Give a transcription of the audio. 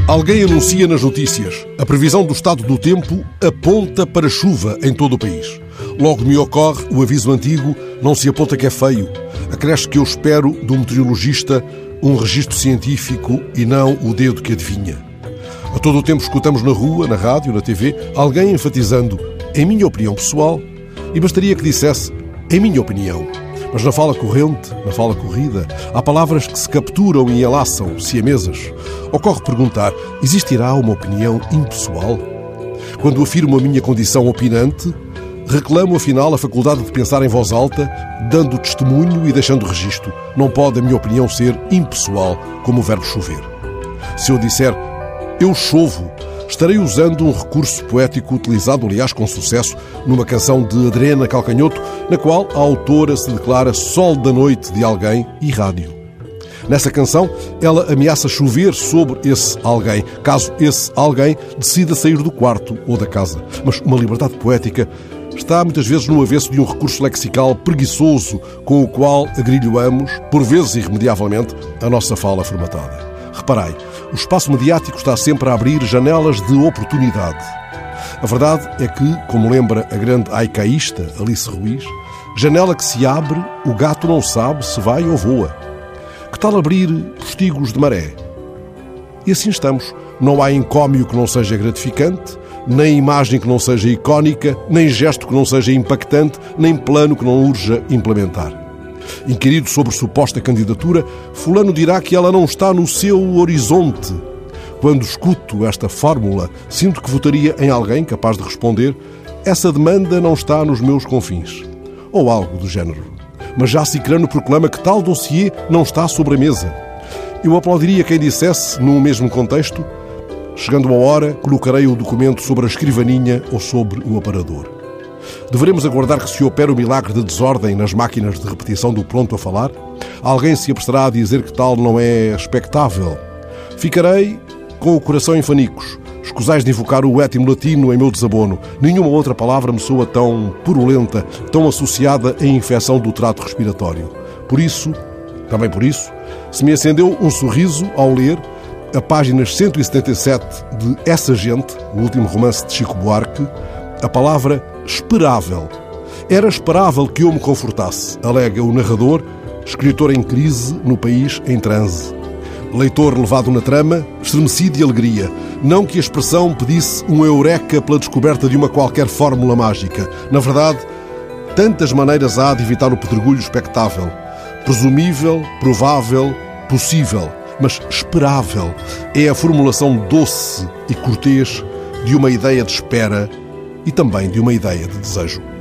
Alguém anuncia nas notícias. A previsão do estado do tempo aponta para chuva em todo o país. Logo me ocorre o aviso antigo: não se aponta que é feio. Acresce que eu espero do meteorologista um registro científico e não o dedo que adivinha. A todo o tempo escutamos na rua, na rádio, na TV, alguém enfatizando em minha opinião pessoal, e bastaria que dissesse em minha opinião. Mas na fala corrente, na fala corrida, há palavras que se capturam e enlaçam, siamesas. Ocorre perguntar: existirá uma opinião impessoal? Quando afirmo a minha condição opinante, reclamo afinal a faculdade de pensar em voz alta, dando testemunho e deixando registro. Não pode a minha opinião ser impessoal, como o verbo chover. Se eu disser eu chovo, estarei usando um recurso poético utilizado, aliás, com sucesso, numa canção de Adriana Calcanhoto, na qual a autora se declara sol da noite de alguém e rádio. Nessa canção, ela ameaça chover sobre esse alguém, caso esse alguém decida sair do quarto ou da casa. Mas uma liberdade poética está muitas vezes no avesso de um recurso lexical preguiçoso com o qual agrilhoamos, por vezes irremediavelmente, a nossa fala formatada. Reparai, o espaço mediático está sempre a abrir janelas de oportunidade. A verdade é que, como lembra a grande aicaísta Alice Ruiz, janela que se abre, o gato não sabe se vai ou voa. Que tal abrir postigos de maré? E assim estamos. Não há encómio que não seja gratificante, nem imagem que não seja icónica, nem gesto que não seja impactante, nem plano que não urja implementar. Inquirido sobre suposta candidatura, fulano dirá que ela não está no seu horizonte. Quando escuto esta fórmula, sinto que votaria em alguém capaz de responder: essa demanda não está nos meus confins. Ou algo do género. Mas já Cicrano proclama que tal dossiê não está sobre a mesa. Eu aplaudiria quem dissesse, num mesmo contexto: chegando a hora, colocarei o documento sobre a escrivaninha ou sobre o aparador. Deveremos aguardar que se opere o milagre de desordem nas máquinas de repetição do pronto a falar? Alguém se apressará a dizer que tal não é expectável? Ficarei com o coração em fanicos. Escusais de invocar o étimo latino em meu desabono. Nenhuma outra palavra me soa tão purulenta, tão associada à infecção do trato respiratório. Por isso, também por isso, se me acendeu um sorriso ao ler a páginas 177 de Essa Gente, o último romance de Chico Buarque, a palavra esperável. Era esperável que eu me confortasse, alega o narrador, escritor em crise no país em transe. Leitor levado na trama, estremecido de alegria. Não que a expressão pedisse um eureka pela descoberta de uma qualquer fórmula mágica. Na verdade, tantas maneiras há de evitar o pedregulho expectável. Presumível, provável, possível, mas esperável é a formulação doce e cortês de uma ideia de espera e também de uma ideia de desejo.